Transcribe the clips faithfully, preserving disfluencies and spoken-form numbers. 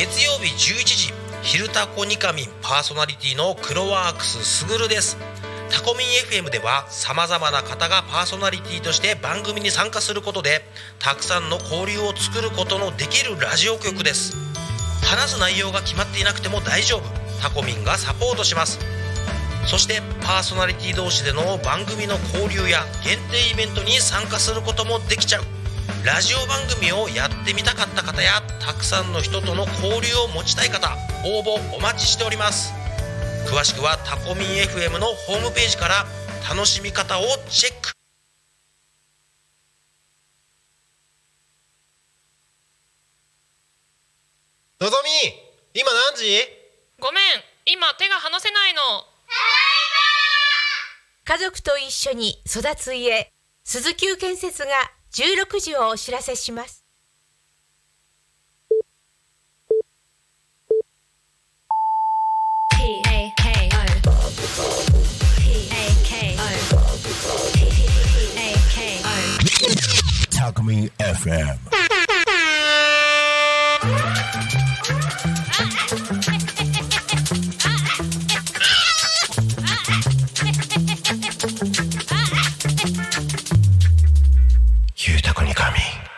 月曜日じゅういちじ、昼タコニカミンパーソナリティのクロワークスすぐるです。タコミン エフエム ではさまざまな方がパーソナリティとして番組に参加することで、たくさんの交流を作ることのできるラジオ局です。話す内容が決まっていなくても大丈夫、タコミンがサポートします。そしてパーソナリティ同士での番組の交流や限定イベントに参加することもできちゃう。ラジオ番組をやってみたかった方や、たくさんの人との交流を持ちたい方、応募お待ちしております。詳しくはタコミン エフエム のホームページから楽しみ方をチェック。 のぞみ、今何時？ ごめん、今手が離せないの。 家族と一緒に育つ家、鈴木建設がじゅうろくじをお知らせします。 タコミン エフエム。ゆうたこにかみ。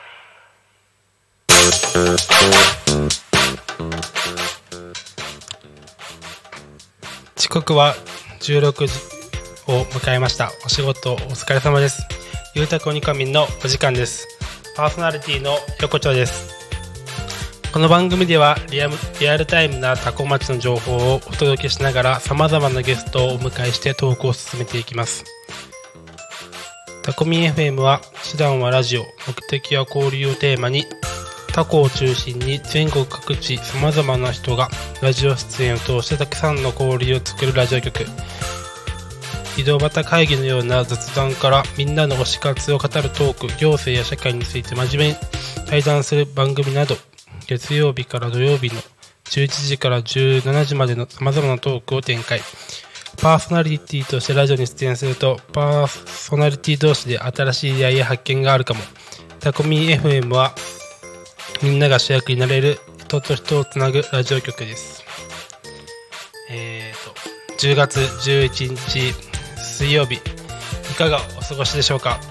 時刻はじゅうろくじを迎えました。お仕事お疲れ様です。ゆうたこにかみんのお時間です。パーソナリティの横丁です。この番組ではリアム、リアルタイムなタコ町の情報をお届けしながら、様々なゲストをお迎えしてトークを進めていきます。タコミン エフエム は手段はラジオ、目的は交流をテーマに、タコを中心に全国各地様々な人がラジオ出演を通してたくさんの交流を作るラジオ局。井戸端会議のような雑談からみんなの推し活を語るトーク、行政や社会について真面目に対談する番組など、月曜日から土曜日のじゅういちじからじゅうしちじまでの様々なトークを展開。パーソナリティとしてラジオに出演すると、パーソナリティ同士で新しい出会いや発見があるかも。タコミン エフエム はみんなが主役になれる人と人をつなぐラジオ局です。えーと、じゅうがつじゅういちにち水曜日、いかがお過ごしでしょうか。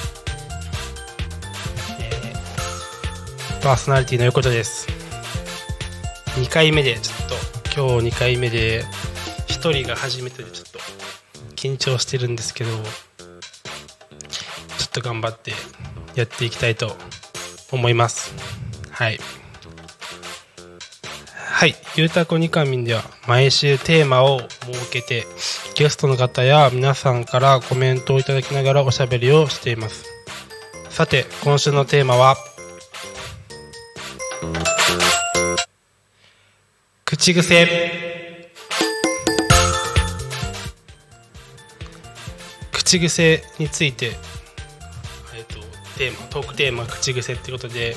えー、パーソナリティの横田です。にかいめでちょっと今日にかいめでひとりが初めてでちょっと緊張してるんですけど、ちょっと頑張ってやっていきたいと思います。はいはい、ゆうたこにかみんでは毎週テーマを設けて、ゲストの方や皆さんからコメントをいただきながらおしゃべりをしています。さて、今週のテーマは口癖。口癖について、えっと、テーマ、トークテーマ口癖ってことで、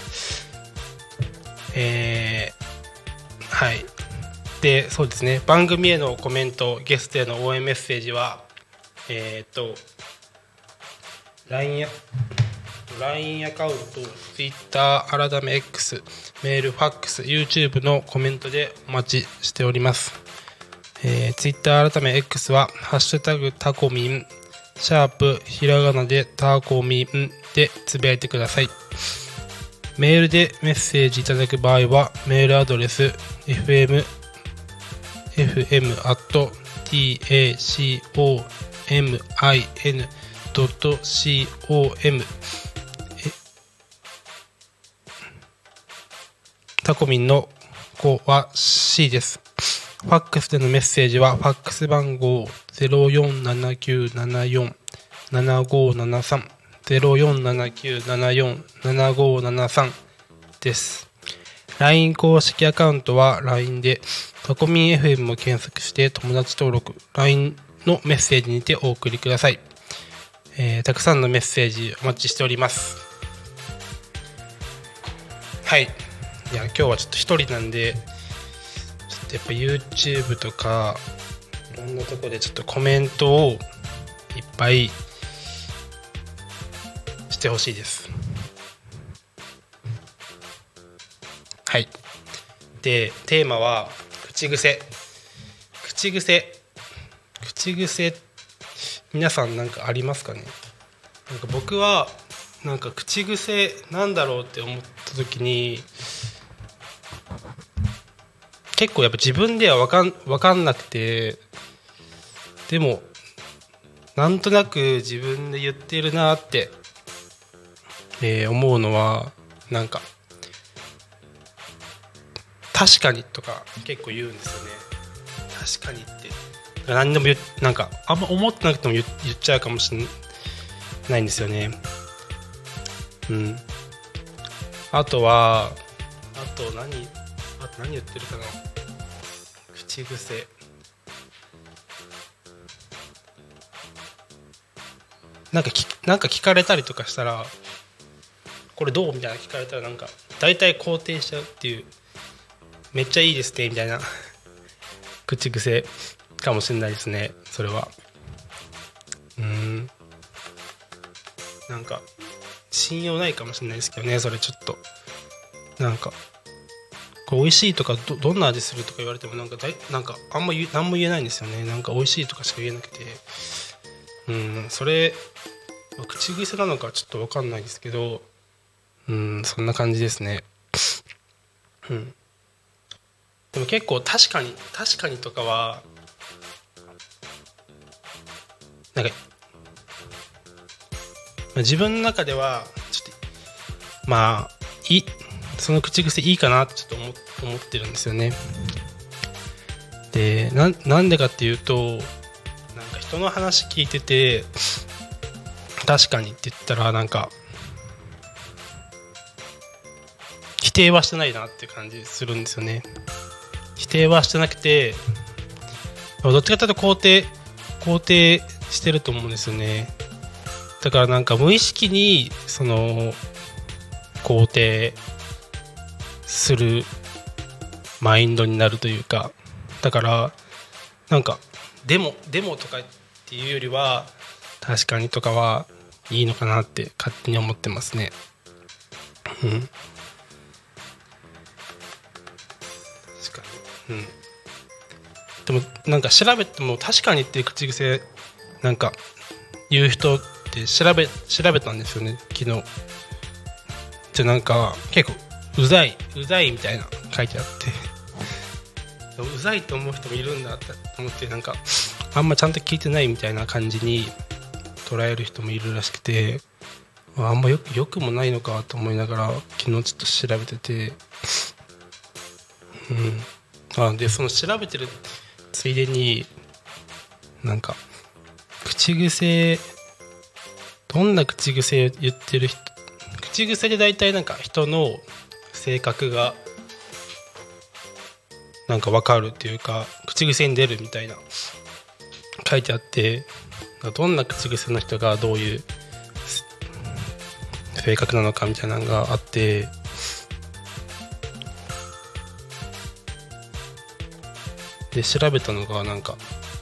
えーはい。で、そうですね。番組へのコメント、ゲストへの応援メッセージは、えっと、ライン や、ライン アカウント、Twitter、改め X、メール、ファックス、YouTube のコメントでお待ちしております。えー、Twitter 改め X は、ハッシュタグタコミン、シャープ、ひらがなでタコミンでつぶやいてください。メールでメッセージいただく場合は、メールアドレス エフエム エフエム アット タコミン ドット コム タコミンの子は C です。ファックスでのメッセージはファックス番号 ゼロよんななきゅうななよんななごななさん ゼロよんななきゅうななよんななごななさん です。 ライン 公式アカウントは ライン でタコミン エフエム を検索して友達登録、 ライン のメッセージにてお送りください。えー、たくさんのメッセージお待ちしております。はい、いや今日はちょっと一人なんで、ちょっとやっぱ YouTube とかいろんなとこでちょっとコメントをいっぱいしてほしいです。はい、 でテーマは口癖口癖口癖皆さんなんかありますかね。なんか僕はなんか口癖なんだろうって思った時に結構やっぱ自分では分かん、分かんなくて、でもなんとなく自分で言ってるなって、えー、思うのはなんか確かにとか結構言うんですよね。確かにって何でも言なんかあんま思ってなくても 言, 言っちゃうかもしれないんですよね。うん。あとはあと何あと何言ってるかな。口癖なんかきなんか聞かれたりとかしたらこれどうみたいな聞かれたらなんか大体肯定しちゃうっていう、めっちゃいいですねみたいな口癖かもしれないですね。それはうーんなんか信用ないかもしれないですけどね。それちょっとなんかこう美味しいとか ど, どんな味するとか言われてもなんかだいなんかあんま言何も言えないんですよね。なんか美味しいとかしか言えなくて、うんそれ口癖なのかちょっと分かんないですけど、うんそんな感じですね。うんでも結構確かに確かにとかはなんか自分の中ではちょっとまあいいその口癖いいかなってちょっと 思, 思ってるんですよね。で な, なんでかっていうとなんか人の話聞いてて確かにって言ったらなんか否定はしてないなって感じするんですよね。否定はしてなくてどっちかというと肯定肯定してると思うんですよね。だからなんか無意識にその肯定するマインドになるというか、だからなんかでもでもとかっていうよりは確かにとかはいいのかなって勝手に思ってますね。うん確かに。うんでもなんか調べても確かにっていう口癖なんか言う人って調べ調べたんですよね昨日。じゃなんか結構うざいうざいみたいな書いてあってうざいと思う人もいるんだって思ってなんかあんまちゃんと聞いてないみたいな感じに捉える人もいるらしくて、あんまよくよくもないのかと思いながら昨日ちょっと調べてて、うんあでその調べてるついでになんか口癖どんな口癖を言ってる人口癖で大体なんか人の性格がなんか分かるっていうか口癖に出るみたいな書いてあって、どんな口癖の人がどういう性格なのかみたいなのがあって、で調べたのがなんか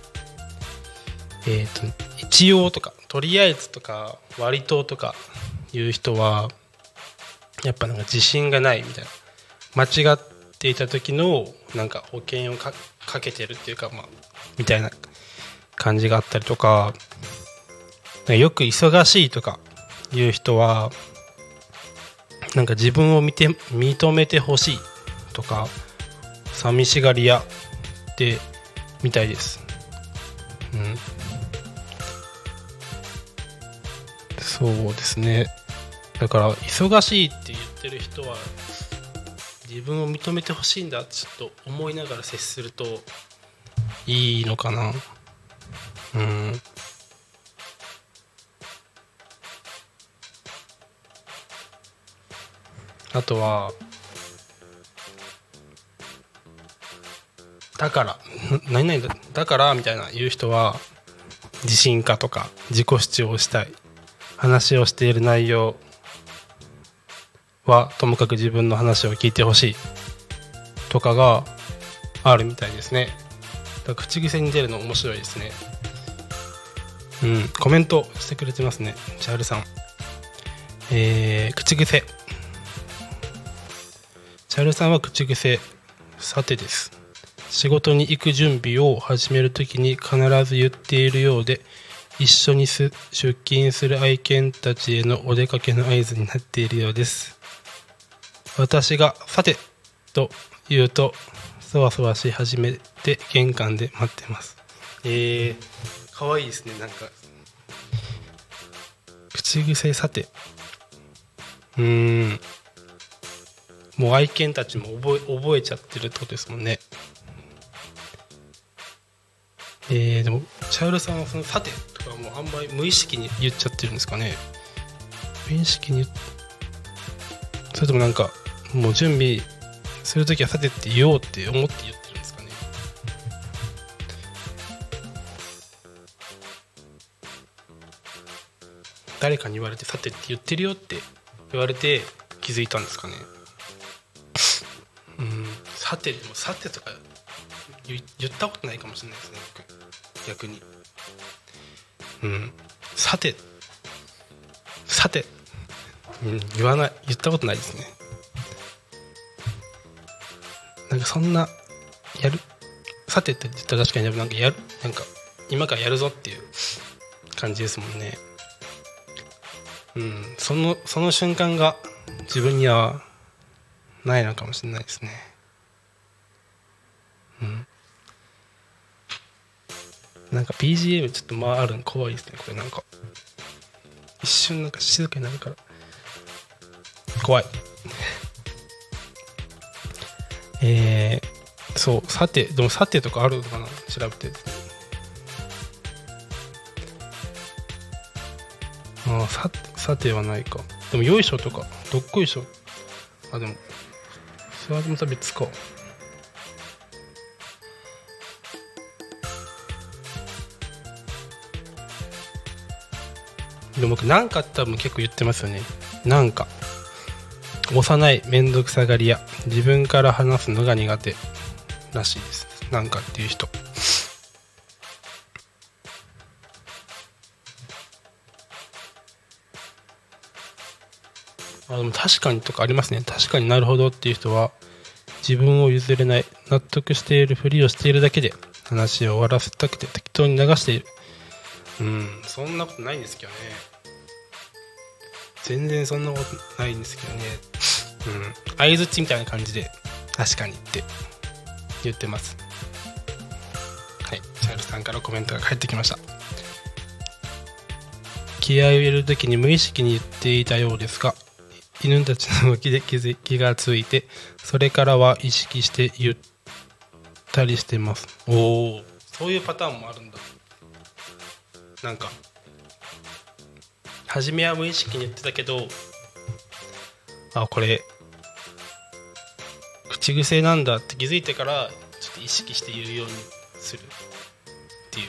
えっと一応とかとりあえずとか割ととかいう人はやっぱなんか自信がないみたいな、間違っていた時のなんか保険を か, かけてるっていうかまあみたいな感じがあったりとか、よく忙しいとかいう人はなんか自分を見て認めてほしいとか寂しがり屋ってみたいです。うんそうですね。だから忙しいって言ってる人は自分を認めてほしいんだってちょっと思いながら接するといいのかな。うんあとはだから何々だだからみたいな言う人は自信家とか自己主張をしたい、話をしている内容はともかく自分の話を聞いてほしいとかがあるみたいですね。だから口癖に出るの面白いですね。うんコメントしてくれてますねチャールさん。えー、口癖チャールさんは口癖さてです。仕事に行く準備を始めるときに必ず言っているようで、一緒にす出勤する愛犬たちへのお出かけの合図になっているようです。私がさてと言うとそわそわし始めて玄関で待ってます。えー、かわいいですね。なんか口癖さて、うーんもう愛犬たちも覚え、覚えちゃってるってことですもんね。えー、でもチャウルさんはそのさてとかもうあんまり無意識に言っちゃってるんですかね。無意識に言っそれともなんかもう準備するときはさてって言おうって思って言ってるんですかね。誰かに言われてさてって言ってるよって言われて気づいたんですかね。うん、さてでもさてとか言ったことないかもしれないですね、僕逆に。うんさてさて、うん、言わない言ったことないですね。なんかそんなやるさてって言ったら確かになんかやるなんか今からやるぞっていう感じですもんね。うんそのその瞬間が自分にはないのかもしれないですね。うんなんか ビージーエム ちょっと回るの怖いですね。これなんか一瞬なんか静かになるから怖いえー、そうさてでもさてとかあるのかな調べてああさてさてはないか。でもよいしょとかどっこいしょあでもそれはまた別か。でも僕なんか多分結構言ってますよね。なんか幼いめんどくさがり屋自分から話すのが苦手らしいです。なんかっていう人あでも確かにとかありますね。確かになるほどっていう人は自分を譲れない納得しているふりをしているだけで話を終わらせたくて適当に流している。うんそんなことないんですけどね。全然そんなことないんですけどね。うん相づちみたいな感じで確かにって言ってます。はい、チャールさんからコメントが返ってきました。気合を入れるときに無意識に言っていたようですが、犬たちの動きで気づ気がついて、それからは意識して言ったりしてます。おお、そういうパターンもあるんだ。なんか初めは無意識に言ってたけど、あこれ口癖なんだって気づいてからちょっと意識して言うようにするっていう。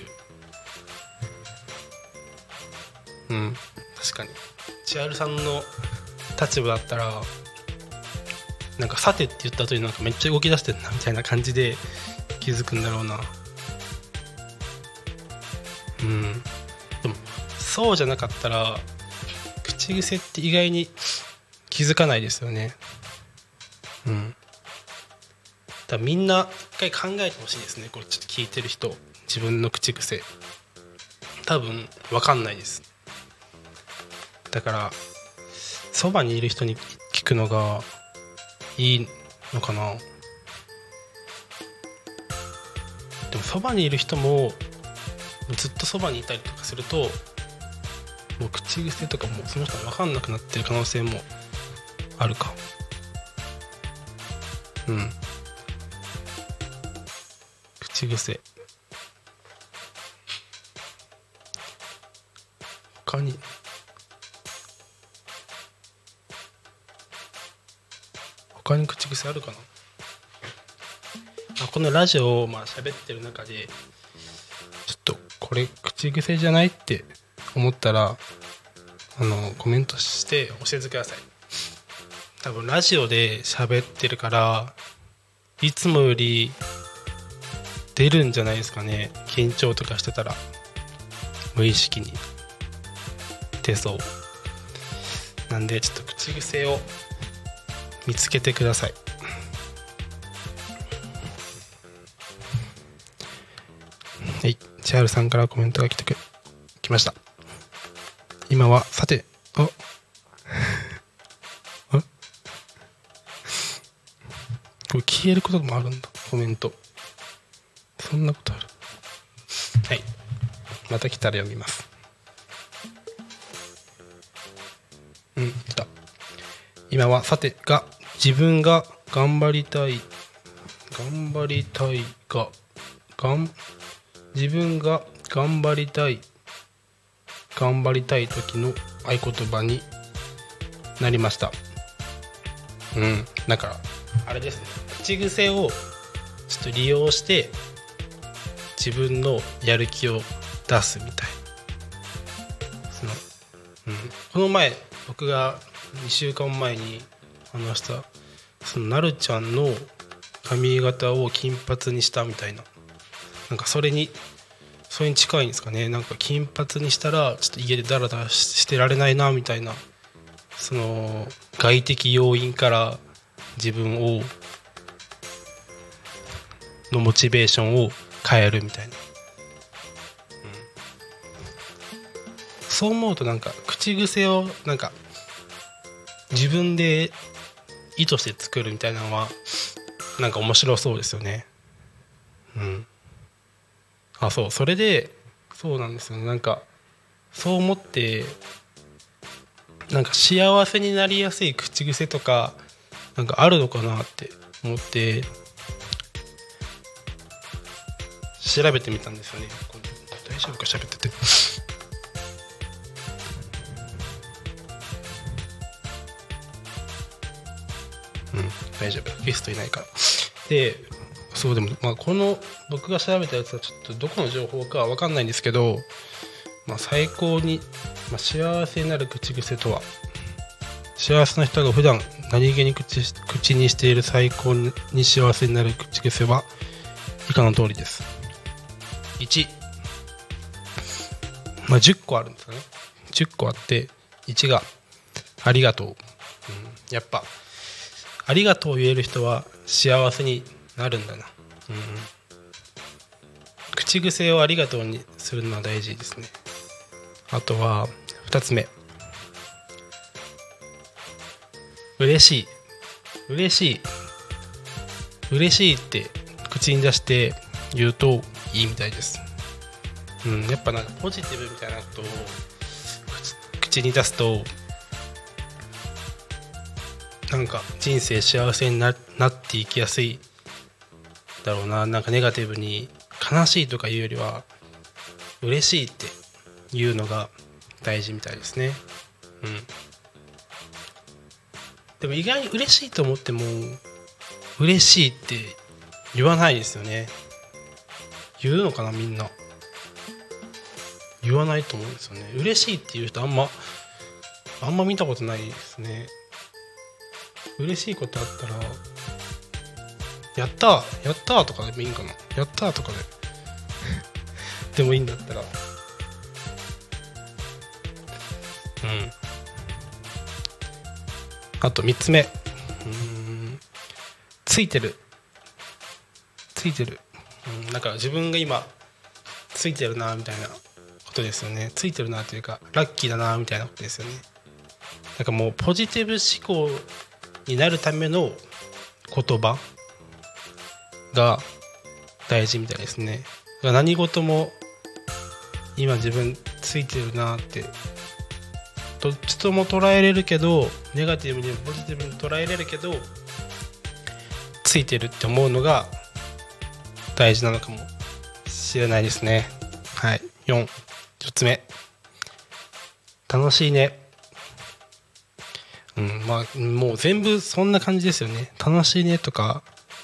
うん確かに千春さんの立場だったらなんかさてって言った後になんかめっちゃ動き出してるなみたいな感じで気づくんだろうな。うんでもそうじゃなかったら口癖って意外に気づかないですよね。うんだからみんな一回考えてほしいですね。これちょっと聞いてる人自分の口癖多分分かんないです。だからそばにいる人に聞くのがいいのかな。でもそばにいる人もずっとそばにいたりとかするともう口癖とかもその人は分かんなくなってる可能性もあるか。うん口癖他に他に口癖あるかな。あこのラジオをまあ喋ってる中でちょっとこれ口癖じゃないって思ったらあのコメントして教えてください。多分ラジオで喋ってるからいつもより出るんじゃないですかね。緊張とかしてたら無意識に出そうなんでちょっと口癖を見つけてください。 チャールさんからコメントが来てく来ました。今はさてああこれ消えることもあるんだ、コメント。そんなことある。はい、また来たら読みます。うん、来た。今はさてが自分が頑張りたい頑張りたいががん自分が頑張りたい頑張りたい時の合言葉になりました。うん、だからあれですね、口癖をちょっと利用して自分のやる気を出すみたいな。その、うん、この前僕がにしゅうかんまえに話したそのなるちゃんの髪型を金髪にしたみたいな、なんかそれにそれに近いんですかね。なんか金髪にしたらちょっと家でダラダラしてられないなみたいな、その外的要因から自分をのモチベーションを変えるみたいな、うん、そう思うとなんか口癖をなんか自分で意図して作るみたいなのはなんか面白そうですよね。うん。あ、そう、それでそうなんですよね。なんかそう思ってなんか幸せになりやすい口癖とかなんかあるのかなって思って調べてみたんですよね。大丈夫か喋ってて。うん、大丈夫。ゲストいないから。で、そうでも、まあ、この僕が調べたやつはちょっとどこの情報かわかんないんですけど、まあ、最高に、まあ、幸せになる口癖とは、幸せな人が普段何気に 口, 口にしている最高に幸せになる口癖は以下の通りです。いち、まあ、じゅっこあるんですかね。じゅっこあっていちがありがとう、うん、やっぱありがとう言える人は幸せになるんだな、うん、口癖をありがとうにするのは大事ですね。あとはふたつめ、嬉しい嬉しい嬉しいって口に出して言うといいみたいです、うん、やっぱなんかポジティブみたいなことを 口, 口に出すとなんか人生幸せに な, なっていきやすいだろうな。なんかネガティブに悲しいとかいうよりは嬉しいっていうのが大事みたいですね、うん、でも意外に嬉しいと思っても嬉しいって言わないですよね。言うのかな、みんな言わないと思うんですよね。嬉しいっていう人あんまあんま見たことないですね。嬉しいことあったらやったーやったーとかでもいいんかな、やったーとかででもいいんだったら、うん、あとみっつめ、うーんついてるついてる、うん、なんか自分が今ついてるなみたいなことですよね。ついてるなというかラッキーだなみたいなことですよね。なんかもうポジティブ思考になるための言葉が大事みたいですね。何事も今自分ついてるなってどっちとも捉えれるけど、ネガティブにもポジティブに捉えれるけどついてるって思うのが大事なのかもしれないですね。はい。よん、よっつめ、楽しいね。うん、まあもう全部そんな感じですよね。楽しいねとか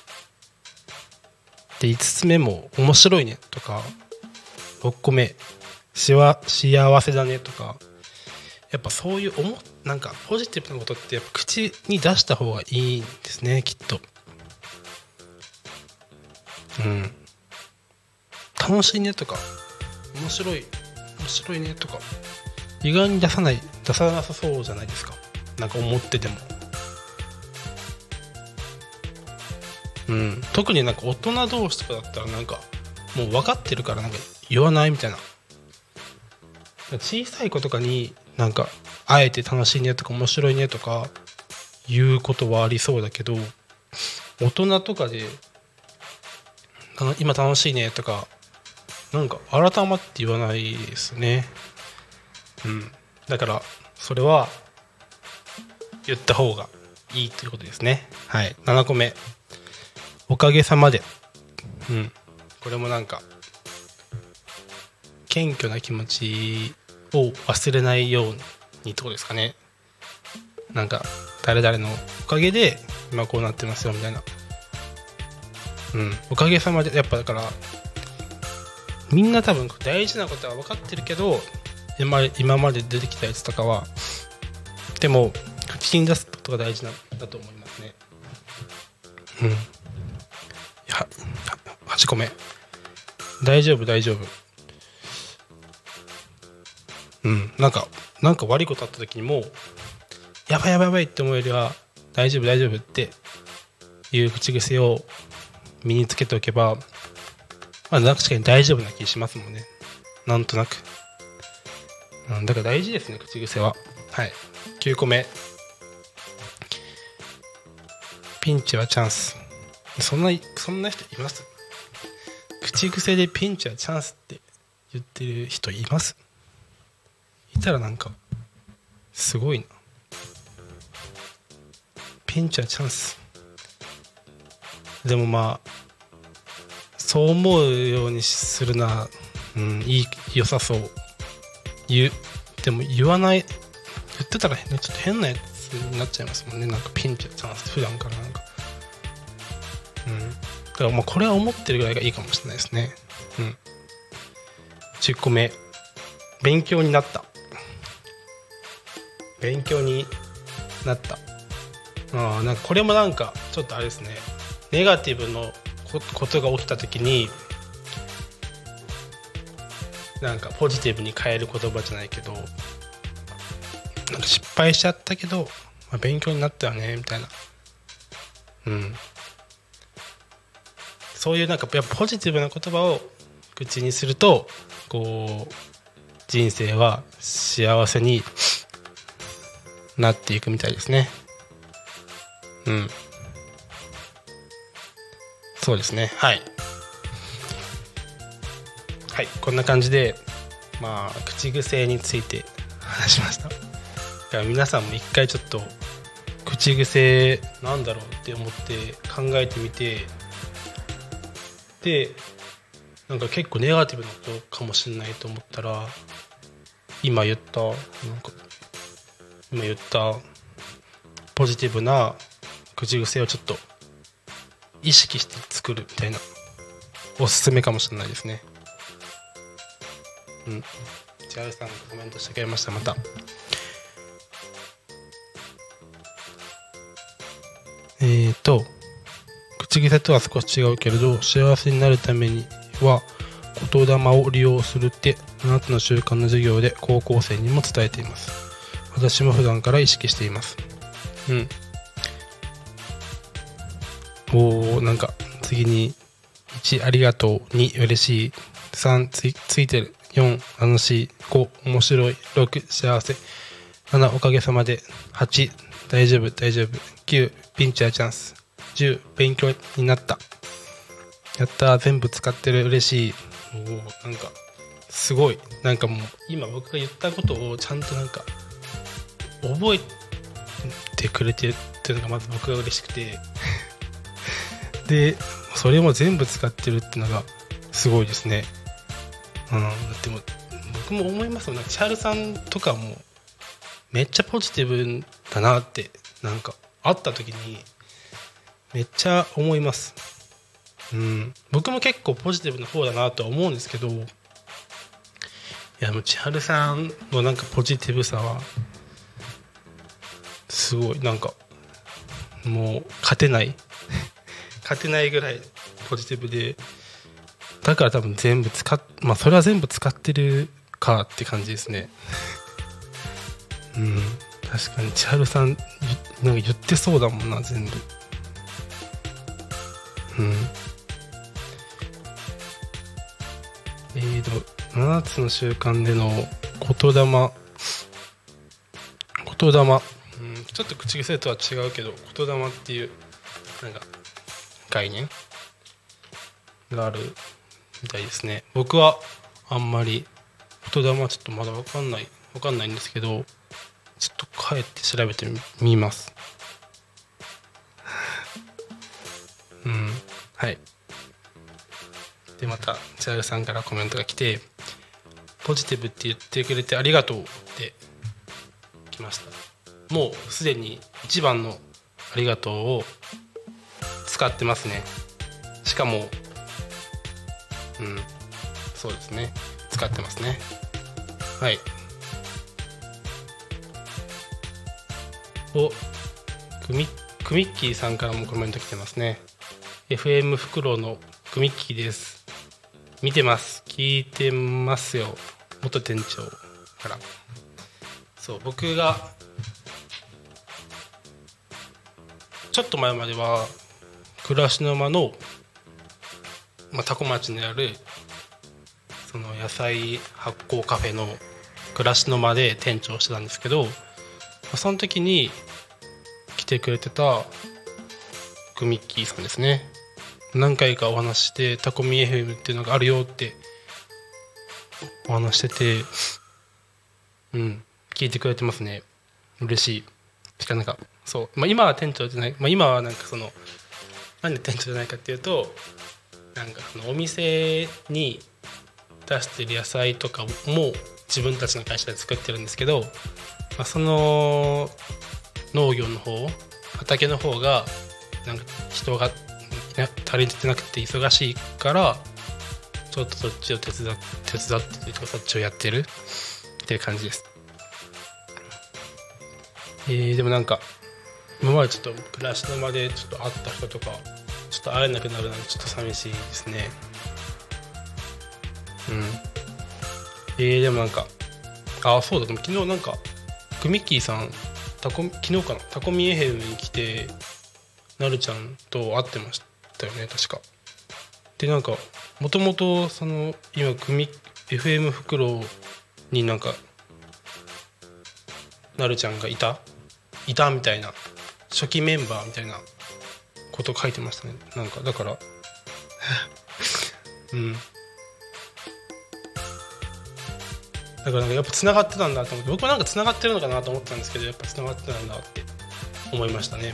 で、いつつめも面白いねとか、ろっこめしわ幸せだねとか、やっぱそういう思なんかポジティブなことってやっぱ口に出した方がいいんですね、きっと。うん、楽しいねとか面白い面白いねとか意外に出さない出さなさそうじゃないですか。なんか思ってても、うん、特になんか大人同士とかだったらなんかもう分かってるからなんか言わないみたいな。小さい子とかになんかあえて楽しいねとか面白いねとか言うことはありそうだけど、大人とかで今楽しいねとかなんか改まって言わないですね。うん、だからそれは言った方がいいということですね。はい。ななこめ、おかげさまで。うん、これもなんか謙虚な気持ちを忘れないようにってことですかね。なんか誰々のおかげで今こうなってますよみたいな。うん、おかげさまで。やっぱだからみんな多分大事なことは分かってるけど、今, 今まで出てきたやつとかはでも口に出すことが大事なんだと思いますね。うん。ははちこめ、大丈夫大丈夫。うん、なんかなんか悪いことあった時にもやばいやばいやばいって思うよりは大丈夫大丈夫っていう口癖を身につけておけば、まあ、確かに大丈夫な気しますもんね、なんとなく。うん、だから大事ですね、口癖は。はい。きゅうこめ、ピンチはチャンス。そんなそんな人います？口癖でピンチはチャンスって言ってる人います？いたらなんかすごいな。ピンチはチャンス。でもまあそう思うようにするな、うん、いい良さそう。言うでも言わない、言ってたら、ね、ちょっと変なやつになっちゃいますもんね。なんかピンチはチャンス、普段からなんか、うん、だからまあこれは思ってるぐらいがいいかもしれないですね。うん。じゅっこめ、勉強になった。勉強になった。ああ、なんかこれもなんかちょっとあれですね。ネガティブのことが起きた時になんかポジティブに変える言葉じゃないけど、なんか失敗しちゃったけど、まあ、勉強になったよねみたいな。うん。そういうなんかやっぱポジティブな言葉を口にすると、こう人生は幸せになっていくみたいですね。うん。そうですね。はい。はい、こんな感じで、まあ口癖について話しました。だから皆さんも一回ちょっと口癖なんだろうって思って考えてみて、でなんか結構ネガティブなことかもしれないと思ったら、今言ったなんか今言ったポジティブな口癖をちょっと意識して作るみたいな、おすすめかもしれないですね。うん。千春さんがコメントしてくれました。またえーと口癖とは少し違うけれど、幸せになるためには言霊を利用するってあなたの習慣の授業で高校生にも伝えています。私も普段から意識しています。うん。おー、なんか次にいちありがとう、に嬉しい、さん つ, いついてる、よん楽しい、ご面白い、ろく幸せ、ななおかげさまで、はち大丈夫大丈夫、きゅうピンチはチャンス、じゅう勉強になった、やったー全部使ってる嬉しい。おー、なんかすごい、なんかもう今僕が言ったことをちゃんとなんか覚えてくれてるっていうのがまず僕が嬉しくてでそれも全部使ってるっていうのがすごいですね。うん、だっても僕も思いますもん。千春さんとかもめっちゃポジティブだなって、なんか会った時にめっちゃ思います。うん、僕も結構ポジティブな方だなとは思うんですけど、いやもう千春さんのなんかポジティブさはすごい、なんかもう勝てない勝てないぐらいポジティブで、だから多分全部使っまあそれは全部使ってるかって感じですね。うん、確かに千春さんなんか言ってそうだもんな、全部。うん。えー、でもななつの習慣での言霊言霊、うん、ちょっと口癖とは違うけど言霊っていうなんか概念があるみたいですね。僕はあんまり言霊はちょっとまだ分かんない分かんないんですけど、ちょっと帰って調べてみますうん、はい。でまた千春さんからコメントが来て、ポジティブって言ってくれてありがとうって来ました。もうすでに一番のありがとうを使ってますね。しかもうんそうですね、使ってますね。はい。おクミクミッキーさんからもコメント来てますね。 エフエム フクロウのクミッキーです。見てます、聞いてますよ、元店長から。そう、僕がちょっと前までは暮らしの間の、まあ、多古町にあるその野菜発酵カフェの暮らしの間で店長をしてたんですけど、その時に来てくれてたクミッキーさんですね。何回かお話ししてタコミ エフエム っていうのがあるよってお話してて、うん聞いてくれてますね。嬉しい。しかなんかそう、まあ、今は店長じゃない、まあ、今はなんかそのなんで店長じゃないかっていうと、なんかそのお店に出してる野菜とかも自分たちの会社で作ってるんですけど、まあ、その農業の方、畑の方がなんか人が足りてなくて忙しいから、ちょっとそっちを手伝って手伝ってというかそっちをやってるっていう感じです。えー、でもなんか今までちょっと暮らしの間でちょっと会った人とかちょっと会えなくなるのでちょっと寂しいですね。うんえー、でもなんかあそうだ、でも昨日なんかクミッキーさんタコ昨日かなタコミエヘムに来てなるちゃんと会ってましたよね確か。でなんかもともとその今クミ エフエム フクロウになんかなるちゃんがいたいたみたいな初期メンバーみたいなこと書いてましたね。なんかだからうんだからなんかやっぱつながってたんだと思って、僕もなんかつながってるのかなと思ったんですけど、やっぱつながってたんだって思いましたね。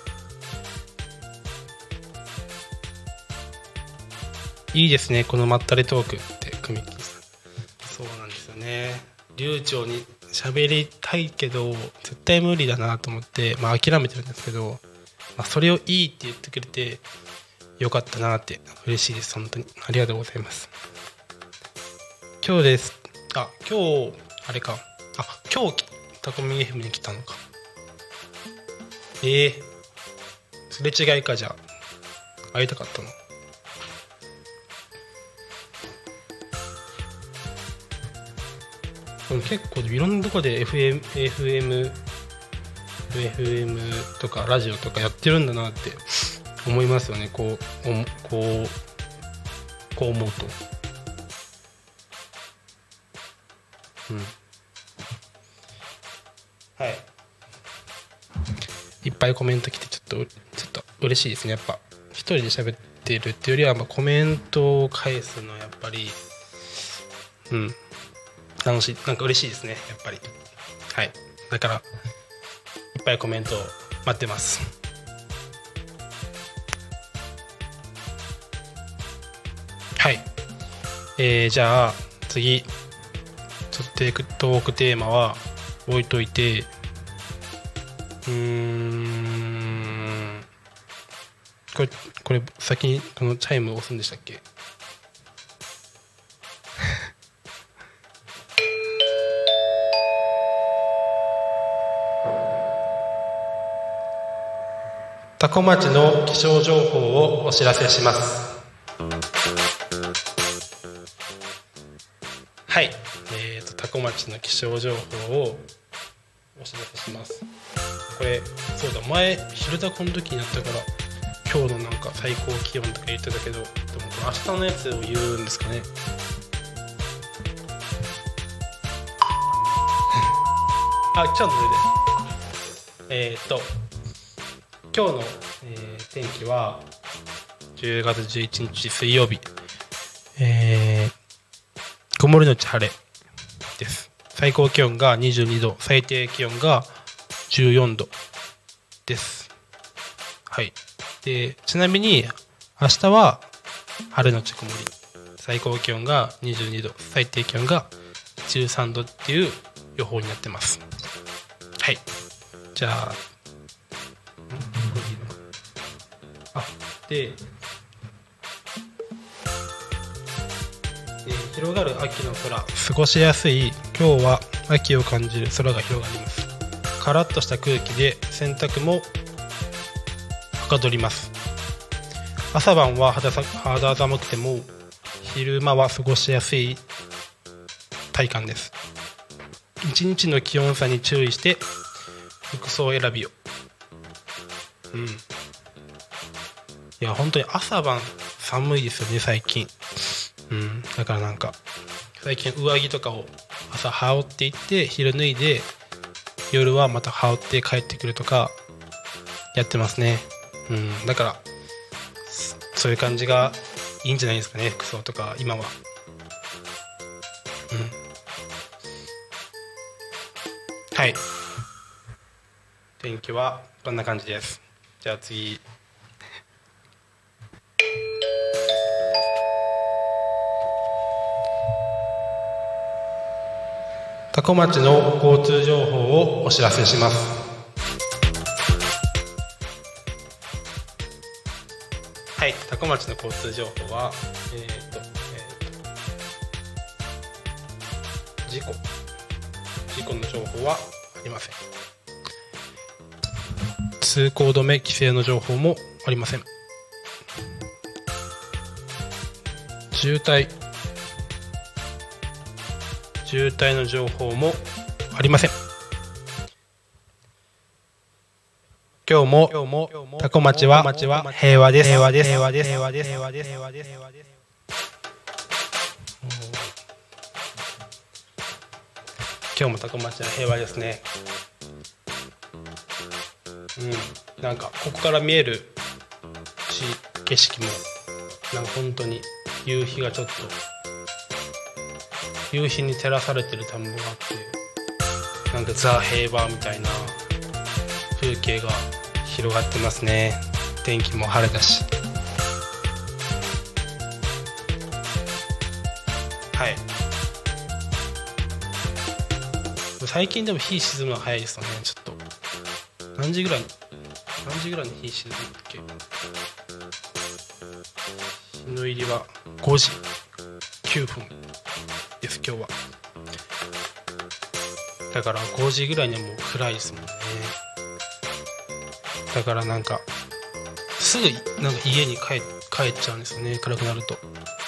いいですねこのまったりトークってクミッキーさん。そうなんですよね、流暢に喋りたいけど絶対無理だなと思って、まあ、諦めてるんですけど、まあ、それをいいって言ってくれてよかったなって嬉しいです。本当にありがとうございます。今日ですあ今日あれかあ今日タコミ エフエム に来たのか。えー、すれ違いか。じゃあ会いたかったの。結構いろんなとこで エフエム、エフエム、エフエム とかラジオとかやってるんだなって思いますよね。こうこうこう思うと、うんはいいっぱいコメント来てちょっとちょっと嬉しいですね。やっぱ一人で喋ってるっていうよりは、まあコメントを返すのはやっぱりうん楽しい、なんか嬉しいですねやっぱり。はいだからいっぱいコメント待ってます。はい、えー、じゃあ次ちょっとトークテーマは置いといて、うーんこれこれ先にこのチャイム押すんでしたっけ。多古町の気象情報をお知らせします。はい、えーと多古町の気象情報をお知らせします。これそうだ、前昼タコの時にやったから今日のなんか最高気温とか言ってたけど、でもこれ明日のやつを言うんですかね。 あ、今日の上でえー、っと今日の、えー、天気はじゅうがつじゅういちにち水曜日、えー、曇りのち晴れです。最高気温がにじゅうにど、最低気温がじゅうよんどです。はい。で、ちなみに明日は晴れのち曇り、最高気温がにじゅうにど、最低気温がじゅうさんどっていう予報になってます。はい。じゃあ、あ、で、えー、広がる秋の空、過ごしやすい、今日は秋を感じる空が広がります。カラッとした空気で洗濯もはかどります。朝晩は 肌, 肌寒くても昼間は過ごしやすい体感です。一日の気温差に注意して服装選びを。うん。いや本当に朝晩寒いですよね最近。うん。だからなんか最近上着とかを朝羽織っていって昼脱いで夜はまた羽織って帰ってくるとかやってますね。うん。だからそういう感じがいいんじゃないですかね、服装とか今は。うん。はい。天気はこんな感じです。じゃあ次。多古町の交通情報をお知らせします。はい、多古町の交通情報は、えーとえーと、事故事故の情報はありません。通行止め規制の情報もありません。渋滞渋滞の情報もありません。今日も多古町は平和です。平和です。平和です。平和です。平和です。平和です。平和です。今日も多古町は平和ですね。うん、なんかここから見える景色もなんか本当に夕日がちょっと夕日に照らされてる田んぼがあって、なんかザ・平和みたいな風景が広がってますね。天気も晴れだし。はい。最近でも日沈むの早いですよね。ちょっと何時ぐらい何時ぐらいに日沈むんだっけ。日の入りはごじきゅうふんです今日は。だからごじぐらいにはもう暗いですもんね。だからなんかすぐなんか家に帰、帰っちゃうんですよね、暗くなると。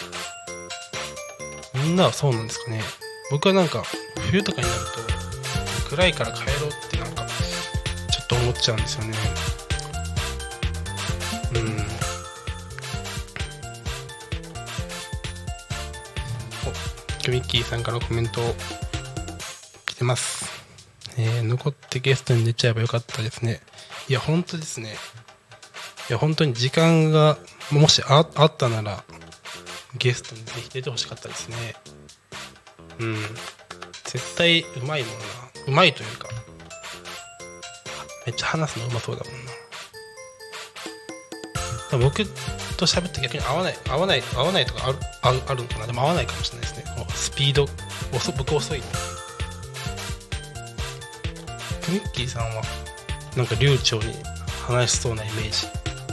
みんなはそうなんですかね。僕はなんか冬とかになると暗いから帰ろうってなんかちょっと思っちゃうんですよね。うん。お、今日ミッキーさんからコメント来てます。えー、残ってゲストに出ちゃえばよかったですね。いや本当ですね。いや本当に時間がもし あ, あったならゲストにぜひ出てほしかったですね。うん。絶対うまいもんな。うまいというかめっちゃ話すのうまそうだもんな。でも僕と喋って逆に合わない合わない合わないとかあるあるあるのかな。でも合わないかもしれないですね。スピード遅僕遅い。ミッキーさんはなんか流暢に話しそうなイメージ。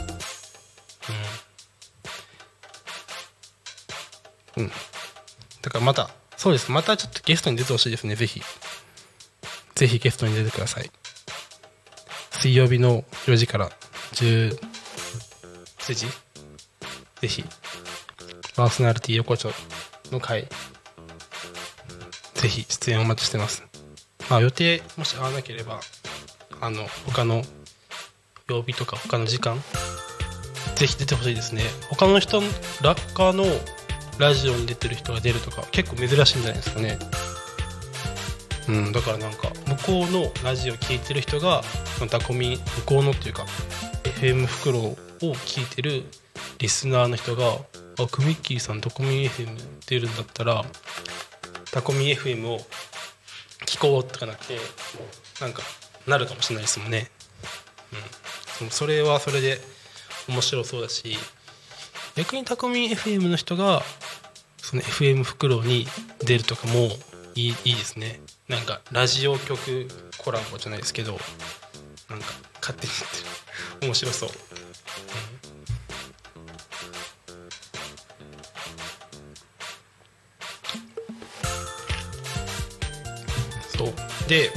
うん。うん。だからまたそうですまたちょっとゲストに出てほしいですね。ぜひぜひゲストに出てください。水曜日のよじからじゅうじぜひパーソナリティ横丁の回ぜひ出演お待ちしてます。まあ予定もし合わなければあの他の曜日とか他の時間ぜひ出てほしいですね。他の人らかのラジオに出てる人が出るとか結構珍しいんじゃないですかね。うん、だからなんか僕こうのラジオを聞いてる人がそのタコミン向こうのっていうか エフエム フクロウを聞いてるリスナーの人があクミッキーさんタコミン エフエム 出るんだったらタコミン エフエム を聞こうとかなってなんかなるかもしれないですもんね、うん、それはそれで面白そうだし逆にタコミン エフエム の人がその エフエム フクロウに出るとかもいい、いいですね。なんかラジオ局コラボじゃないですけどなんか勝手に言ってる面白そう、うん、そうで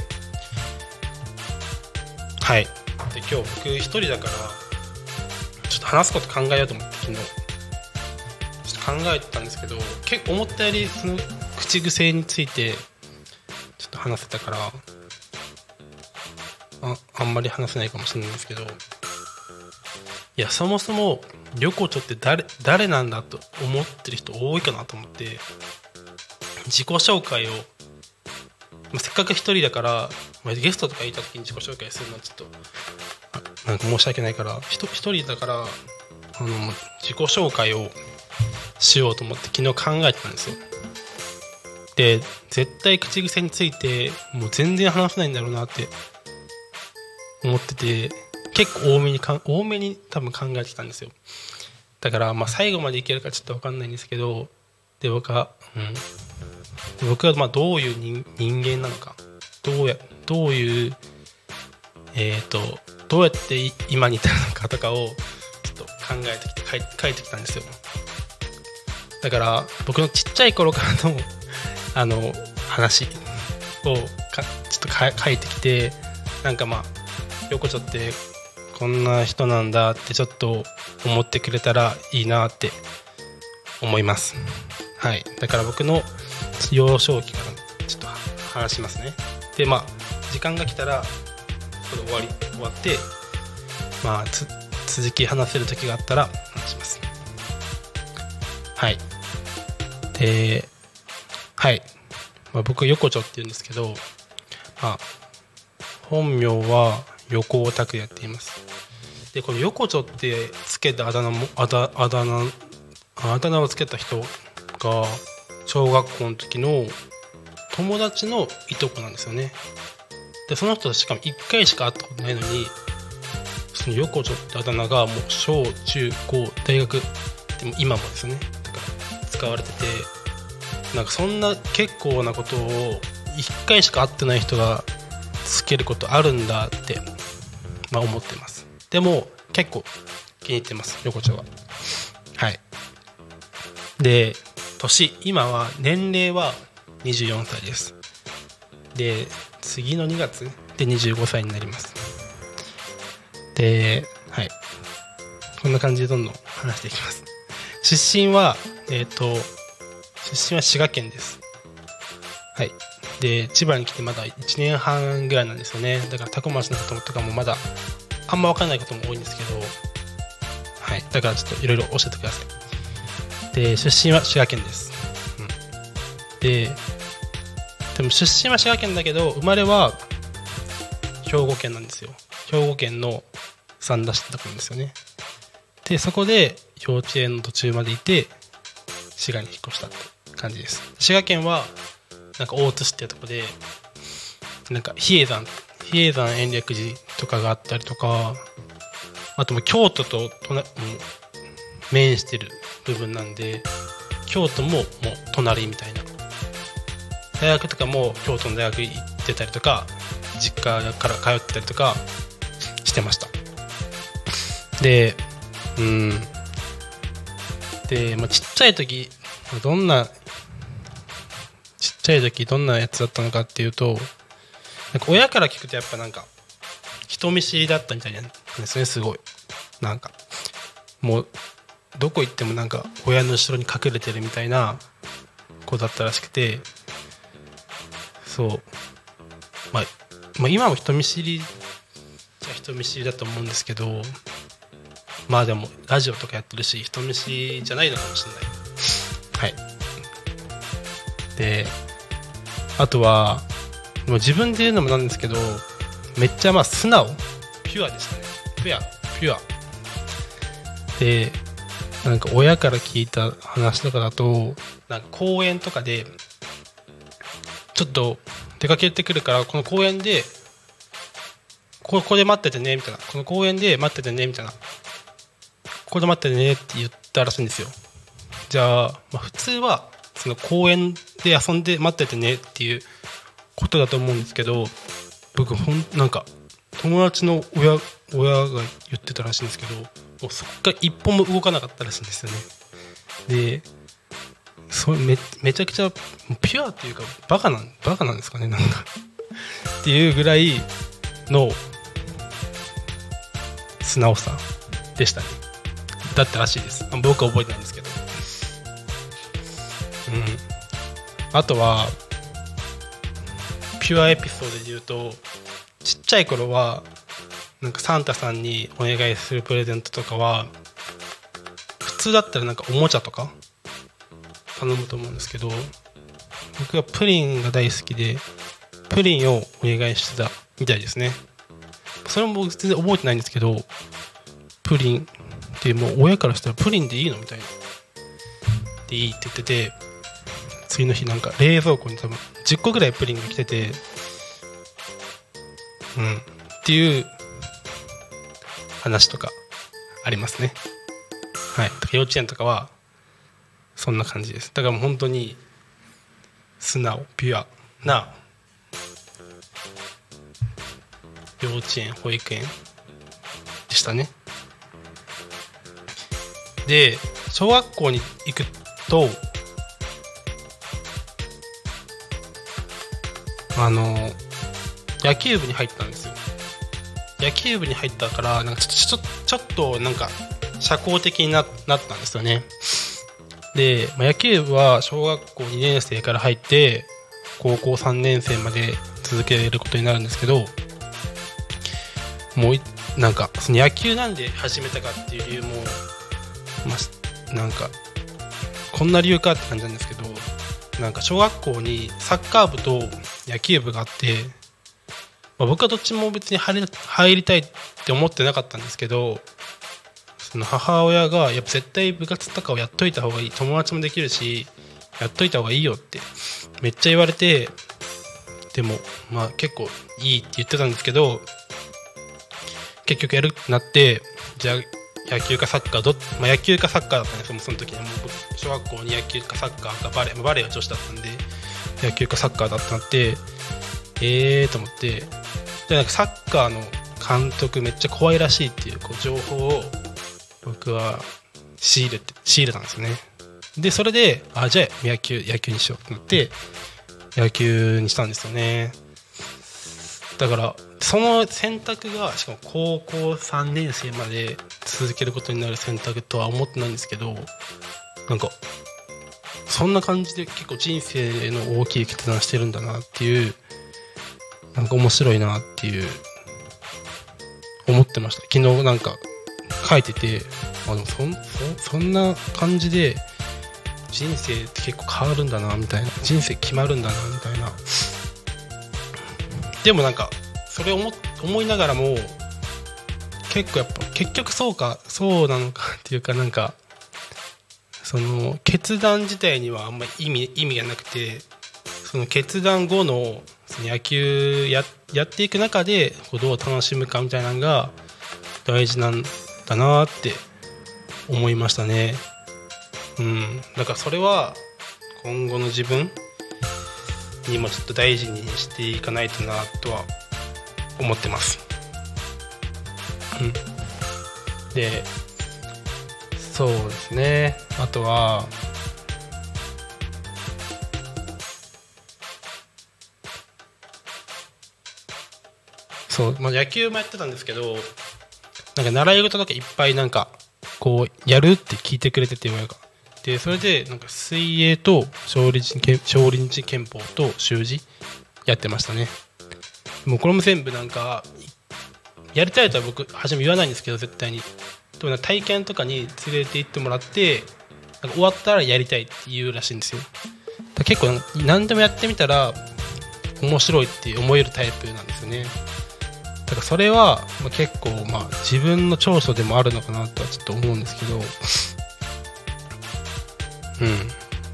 はいで今日僕一人だからちょっと話すこと考えようと思って昨日ちょっと考えてたんですけど結構思ったよりその口癖についてちょっと話せたから あ, あんまり話せないかもしれないんですけどいやそもそも横丁って 誰, 誰なんだと思ってる人多いかなと思って自己紹介をせっかく一人だからゲストとかいた時に自己紹介するのはちょっとなんか申し訳ないから一人だからあの自己紹介をしようと思って昨日考えてたんですよ。で絶対口癖についてもう全然話せないんだろうなって思ってて結構多めにか多めに多分考えてたんですよ。だからまあ最後までいけるかちょっと分かんないんですけどで僕は、うん、で僕はまあどういう 人, 人間なのかどうやどういうえっ、ー、とどうやって今に至るのかとかをちょっと考えてきて書い書いてきたんですよ。だから僕のちっちゃい頃からのあの話をかちょっとか書いてきてなんかまあ横丁ってこんな人なんだってちょっと思ってくれたらいいなって思います。はいだから僕の幼少期からちょっと話しますね。でまあ時間が来たらこれ終わり終わってまあつ続き話せる時があったら話します。はいではい、まあ、僕横丁って言うんですけど、まあ、本名は横尾拓也って言います。でこの横丁ってつけたあだ名もあだあだ名あだ名をつけた人が小学校の時の友達のいとこなんですよね。でその人としかもいっかいしか会ったことないのにその横丁ってあだ名がもう小中高大学でも今もですねだから使われててなんかそんな結構なことをいっかいしか会ってない人がつけることあるんだって、まあ、思ってます。でも結構気に入ってます横丁は。はいで年今は年齢はにじゅうよんさいです。で次のにがつでにじゅうごさいになります。ではいこんな感じでどんどん話していきます。出身はえっと出身は滋賀県です。はいで千葉に来てまだいちねんはんぐらいなんですよね。だから多古町のこととかもまだあんま分かんないことも多いんですけどはいだからちょっといろいろ教えてください。で出身は滋賀県です、うん、ででも出身は滋賀県だけど生まれは兵庫県なんですよ。兵庫県の三田市ってとこなんですよね。でそこで幼稚園の途中までいて滋賀に引っ越したって感じです。滋賀県はなんか大津市っていうとこでなんか比叡山比叡山延暦寺とかがあったりとかあとも京都と隣面してる部分なんで京都ももう隣みたいな大学とかも京都の大学行ってたりとか実家から通ってたりとかしてました。でうんで、まあ、ちっちゃい時どんなちっちゃい時どんなやつだったのかっていうとなんか親から聞くとやっぱなんか人見知りだったみたいなんですね。すごいなんかもうどこ行ってもなんか親の後ろに隠れてるみたいな子だったらしくてそう、まあ、まあ今も人見知りじゃ人見知りだと思うんですけどまあでもラジオとかやってるし人見知りじゃないのかもしれない。はいであとはもう自分で言うのもなんですけど、めっちゃまあ素直、ピュアでしたね。ピュアピュアで、なんか親から聞いた話とかだと、なんか公園とかでちょっと出かけてくるから、この公園でここで待っててねみたいな、この公園で待っててねみたいな、ここで待っててねって言ったらしいんですよ。じゃあ、まあ、普通はその公園で遊んで待っててねっていうことだと思うんですけど、僕ほんなんか友達の親親が言ってたらしいんですけど、もうそこから一歩も動かなかったらしいんですよね。で、それ め, めちゃくちゃピュアっていうかバカなんバカなんですかね、なんかっていうぐらいの素直さでしたね。だったらしいです。僕は覚えてないんですけど、うん、あとはピュアエピソードで言うと、ちっちゃい頃はなんかサンタさんにお願いするプレゼントとかは、普通だったらなんかおもちゃとか頼むと思うんですけど、僕はプリンが大好きでプリンをお願いしてたみたいですね。それも僕全然覚えてないんですけど、プリンってもう親からしたらプリンでいいのみたいな、でいいって言ってて、次の日なんか冷蔵庫に多分じゅっこぐらいプリンが来てて、うんっていう話とかありますね。はい。幼稚園とかはそんな感じです。だからもう本当に素直ピュアな幼稚園保育園でしたね。で、小学校に行くと、あの野球部に入ったんですよ。野球部に入ったからなんかちょ、ちょ、ちょっとなんか社交的に な, なったんですよね。で、まあ、野球部は小学校にねん生から入って高校さんねん生まで続けることになるんですけど、もうなんかその野球なんで始めたかっていう理由も、まあ、なんかこんな理由かって感じなんですけど、なんか小学校にサッカー部と野球部があって、まあ、僕はどっちも別に入り、入りたいって思ってなかったんですけど、その母親がやっぱ絶対部活とかをやっといた方がいい、友達もできるしやっといた方がいいよってめっちゃ言われて、でもまあ結構いいって言ってたんですけど、結局やるってなって、じゃあ野球かサッカーど、まあ、野球かサッカーだったんですよ。その時にはもう小学校に野球かサッカーかバレー、バレーは女子だったんで野球かサッカーだってなって、えーと思って、でなんかサッカーの監督めっちゃ怖いらしいっていう、こう情報を僕は仕入れて仕入れたんですよね。でそれで、あ、じゃあ野球野球にしようってなって野球にしたんですよね。だからその選択がしかも高校さんねん生まで続けることになる選択とは思ってないんですけど、なんかそんな感じで結構人生の大きい決断してるんだなっていう、なんか面白いなっていう思ってました。昨日なんか書いてて、あの そ, そ, そんな感じで人生って結構変わるんだなみたいな、人生決まるんだなみたいな。でもなんかそれを 思, 思いながらも結構やっぱ結局そうかそうなのかっていうか、なんかその決断自体にはあんまり意味意味がなくて、その決断後のその野球 や, やっていく中でこうどう楽しむかみたいなのが大事なんだなって思いましたね。うん、だからそれは今後の自分にもちょっと大事にしていかないとなとは思ってます。うん、で、そうですね。あとはそう、まあ、野球もやってたんですけど、なんか習い事とかいっぱいなんかこうやるって聞いてくれてて、親が。でそれでなんか水泳と少林寺少林寺拳法と習字やってましたね。もうこれも全部なんかやりたいとは僕初め言わないんですけど、絶対に。でもなんか体験とかに連れて行ってもらって、なんか終わったらやりたいって言うらしいんですよ。だ結構何でもやってみたら面白いって思えるタイプなんですよね。だからそれは、まあ、結構、まあ、自分の長所でもあるのかなとはちょっと思うんですけど、うん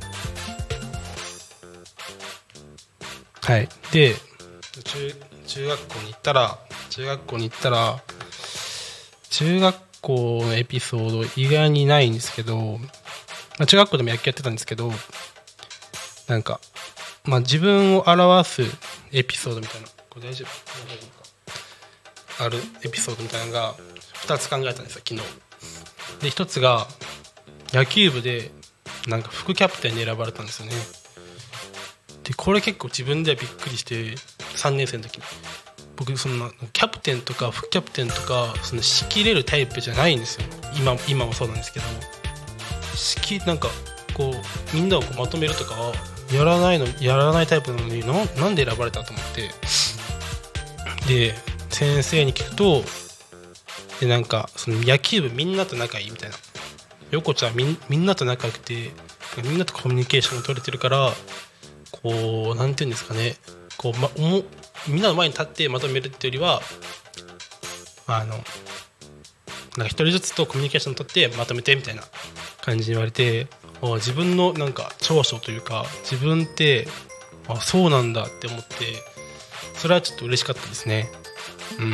はい。で中中学校に行ったら中学校に行ったら中学校のエピソード意外にないんですけど、まあ、中学校でも野球やってたんですけど、なんか、まあ、自分を表すエピソードみたいな、これ大丈夫大丈夫かあるエピソードみたいなのがふたつ考えたんですよ昨日で。ひとつが野球部でなんか副キャプテンに選ばれたんですよね。でこれ結構自分ではびっくりして、さんねん生の時に僕そんなキャプテンとか副キャプテンとかその仕切れるタイプじゃないんですよ。 今, 今もそうなんですけど、仕切なんかこうみんなをこうまとめるとかやらないのやらないタイプなのに な, なんで選ばれたと思って、で先生に聞くと、でなんかその野球部みんなと仲いいみたいな、横ちゃんみんみんなと仲良くてみんなとコミュニケーションが取れてるから、こうなんていうんですかね、こう、ま、もみんなの前に立ってまとめるっていうよりは、あのなんか一人ずつとコミュニケーション取ってまとめてみたいな感じに言われて、自分のなんか長所というか自分ってあそうなんだって思って、それはちょっと嬉しかったですね。うん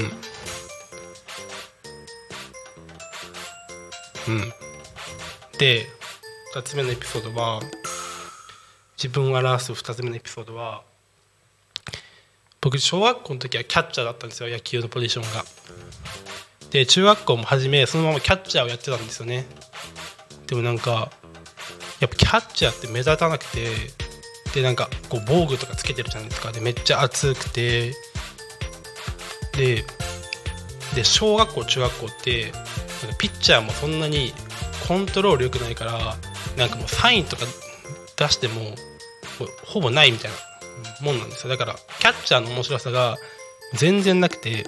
うんでふたつめのエピソードは、自分を表すふたつめのエピソードは、僕小学校の時はキャッチャーだったんですよ、野球のポジションが。で中学校も初めそのままキャッチャーをやってたんですよね。でもなんかやっぱキャッチャーって目立たなくて、でなんかこう防具とかつけてるじゃないですか。でめっちゃ暑くて、でで小学校中学校ってなんかピッチャーもそんなにコントロール良くないから、なんかもうサインとか出してもほぼないみたいなもんなんですよ。だからキャッチャーの面白さが全然なくて、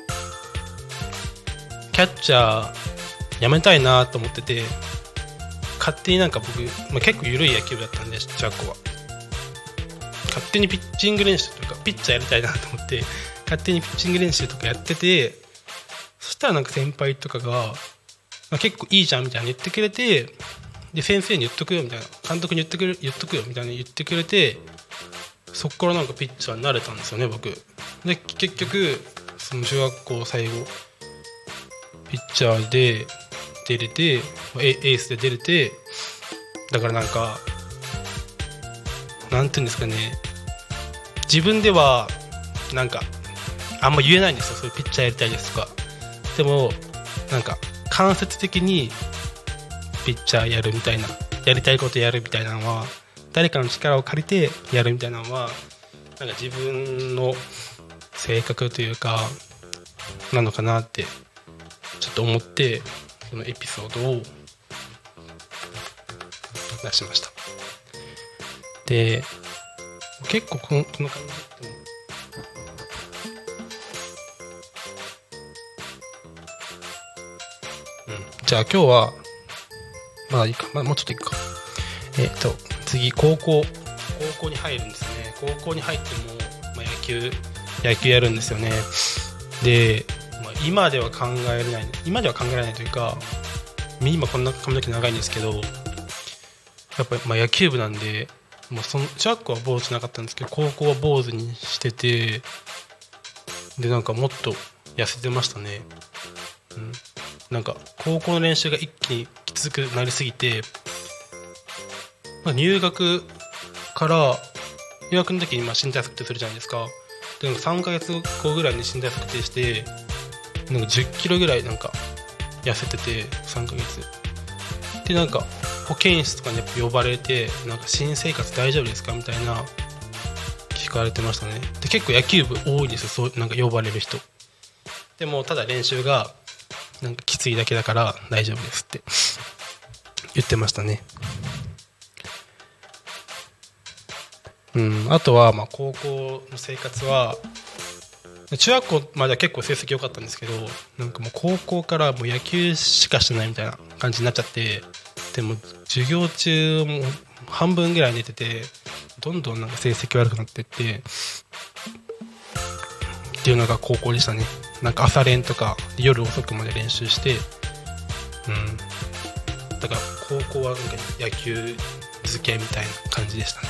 キャッチャーやめたいなと思ってて、勝手になんか僕、まあ、結構緩い野球部だったんで中学校は勝手にピッチング練習というかピッチャーやりたいなと思って勝手にピッチング練習とかやってて、そしたらなんか先輩とかが、まあ、結構いいじゃんみたいな言ってくれて、で先生に言っとくよみたいな、監督に言ってくれ言っとくよみたいな言ってくれて、そっからなんかピッチャーになれたんですよね僕で。結局その中学校最後ピッチャーで出れて、エースで出れて、だからなんかなんていうんですかね、自分ではなんかあんま言えないんですよ、そういうピッチャーやりたいですとか。でもなんか間接的にピッチャーやるみたいな、やりたいことやるみたいなのは、誰かの力を借りてやるみたいなのは、なんか自分の性格というかなのかなってちょっと思って、そのエピソードを出しました。で結構この、この感じで、うん、じゃあ今日はまだいいか、まあ、もうちょっといいか。えっと次高校高校に入るんですね。高校に入っても、まあ、野球野球やるんですよね。で、まあ、今では考えられない今では考えられないというか、今こんな髪の毛長いんですけど、やっぱりまあ野球部なんで、もうその中学校は坊主なかったんですけど、高校は坊主にしてて、でなんかもっと痩せてましたね。うん、なんか高校の練習が一気にきつくなりすぎて、まあ、入学から入学の時にまあ身体測定するじゃないですか。でなんかさんかげつごぐらいに身体測定して、なんかじゅっキロぐらいなんか痩せてて、さんかげつでなんか保健室とかに呼ばれて、なんか新生活大丈夫ですかみたいな聞かれてましたね。で結構野球部多いですよ、そうなんか呼ばれる人。でもただ練習がなんかきついだけだから大丈夫ですって言ってましたね。うん、あとはまあ高校の生活は、中学校までは結構成績良かったんですけど、なんかもう高校からもう野球しかしてないみたいな感じになっちゃって、でも授業中も半分ぐらい寝てて、どんどんなんか成績悪くなってって、 っていうのが高校でしたね。なんか朝練とか夜遅くまで練習して、うん、だから高校はなんか野球漬けみたいな感じでしたね。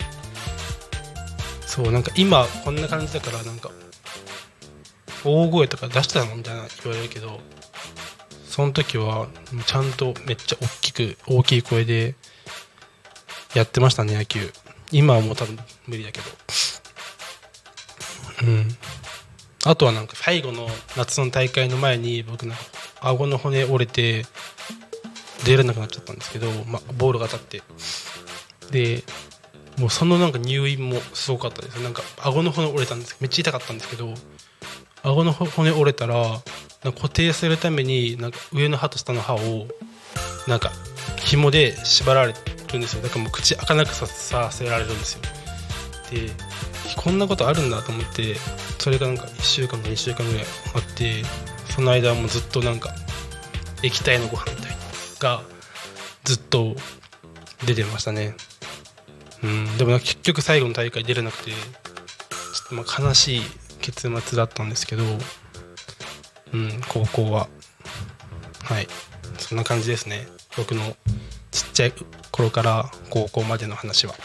そうなんか今こんな感じだからなんか大声とか出したのみたいな言われるけど、その時はちゃんとめっちゃ大きく大きい声でやってましたね、野球。今はもう多分無理だけど、うん。あとはなんか最後の夏の大会の前に僕なんか顎の骨折れて出れなくなっちゃったんですけど、ま、ボールが当たって、でもうそのなんか入院もすごかったです。なんか顎の骨折れたんです、めっちゃ痛かったんですけど、顎の骨折れたらなんか固定するためになんか上の歯と下の歯をなんか紐で縛られるんですよ。だからもう口開かなくさせられるんですよ。でこんなことあるんだと思って、それがなんかいっしゅうかんかにしゅうかんぐらいあって、その間もずっとなんか液体のご飯みたいなのがずっと出てましたね。うん、でも結局最後の大会出れなくてちょっとまあ悲しい結末だったんですけど、うん、高校ははいそんな感じですね。僕のちっちゃい頃から高校までの話は。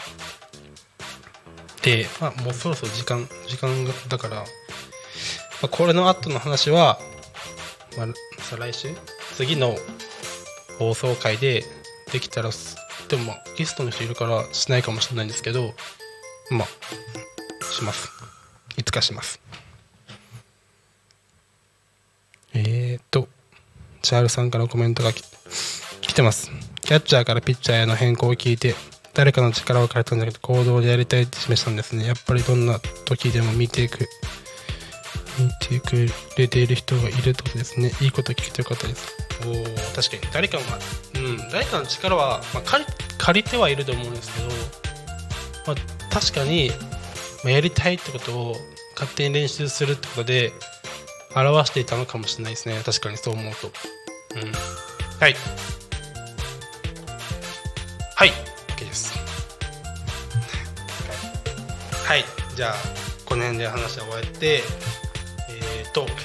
で、まあ、もうそろそろ時間時間だから、まあ、これの後の話は、まあ、再来週次の放送回でできたら、でもまあゲストの人いるからしないかもしれないんですけど、まあします。いつかします。えーとチャールさんからコメントがき来てます。キャッチャーからピッチャーへの変更を聞いて、誰かの力を借りたんだけど行動でやりたいって示したんですね。やっぱりどんな時でも見ていく見てくれている人がいるってことですね。いいこと聞けてよかったです。おー、確かに誰かが、うん、誰かの力は、まあ、借り、借りてはいると思うんですけど、まあ、確かに、まあ、やりたいってことを勝手に練習するってことで表していたのかもしれないですね。確かにそう思うと、うん、はいはい OK です。はい、じゃあこの辺で話は終わってえーと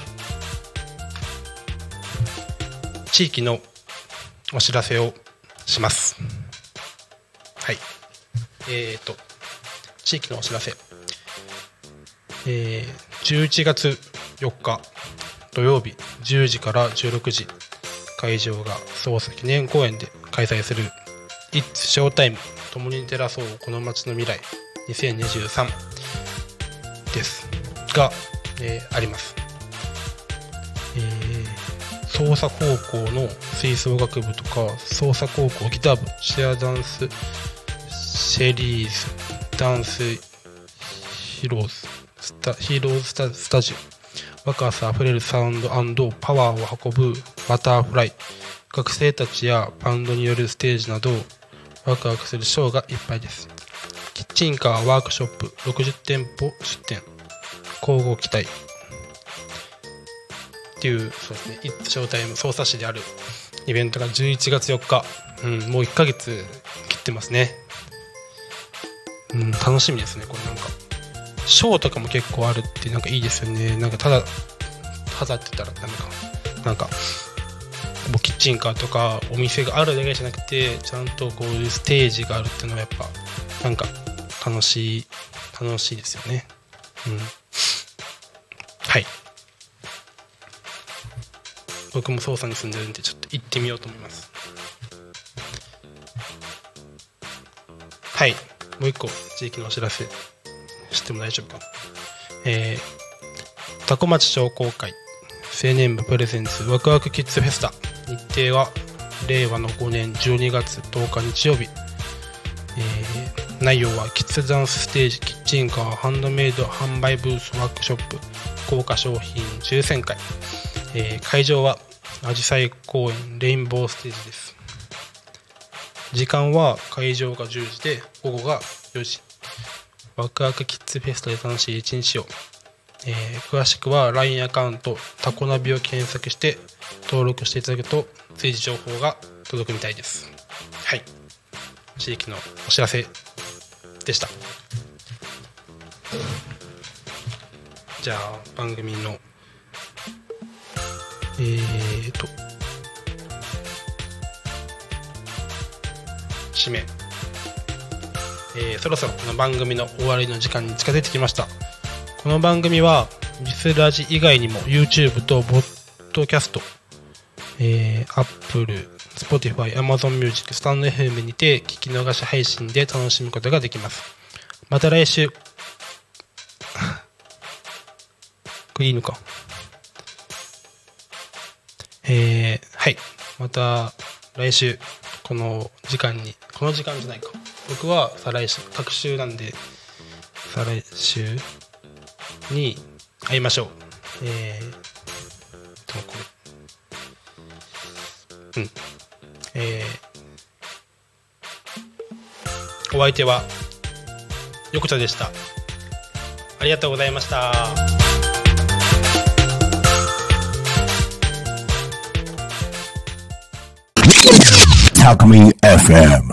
地域のお知らせをします。はいえーと地域のお知らせ、えー、じゅういちがつよっか土曜日じゅうじからじゅうろくじ、会場が捜査記念公園で開催する It's Showtime 共に照らそうこの街の未来にせんにじゅうさんですが、えー、あります。えー、捜査高校の吹奏楽部とか捜査高校ギター部、チェアダンスシェリーズ、ダンスヒローズスタヒーローズス タ, スタジオ、若さあふれるサウンド&パワーを運ぶバターフライ、学生たちやバンドによるステージなどワクワクするショーがいっぱいです。キッチンカーワークショップろくじゅってんぽ出店、交互期待っていう、そうですね、It's Showtime匝瑳市であるイベントがじゅういちがつよっか、うん、もういっかげつ切ってますね。うん、楽しみですね。これなんかショーとかも結構あるってなんかいいですよね。なんかただただって言ったらダメか、なんかもうキッチンカーとかお店があるだけじゃなくてちゃんとこういうステージがあるっていうのはやっぱなんか楽しい楽しいですよね。うん、はい、僕も捜査に住んでるんでちょっと行ってみようと思います。はい、もう一個地域のお知らせしても大丈夫かな。えー、多古町商工会青年部プレゼンツワクワクキッズフェスタ、日程はれいわのごねんじゅうにがつとおか日曜日、えー、内容はキッズダンスステージ、キッチンカー、ハンドメイド販売ブース、ワークショップ、豪華商品抽選会、えー、会場はあじさい公園レインボーステージです。時間は会場がじゅうじで午後がよじ、ワクワクキッズフェスタで楽しい一日を、えー、詳しくは ライン アカウントタコナビを検索して登録していただくと随時情報が届くみたいです。はい、地域のお知らせでした。 じゃあ番組のえーと締め、えー、そろそろこの番組の終わりの時間に近づいてきました。この番組はリスラジ以外にも YouTube とポッドキャスト、えー、Apple、Spotify、Amazon Music、スタンド エフエム にて聞き逃し配信で楽しむことができます。また来週これいいのかえー、はいまた来週この時間にこの時間じゃないか僕は再来週各週なんで再来週に会いましょう。えーとこれうんえー、お相手は横田でした。ありがとうございました。 タコミン エフエム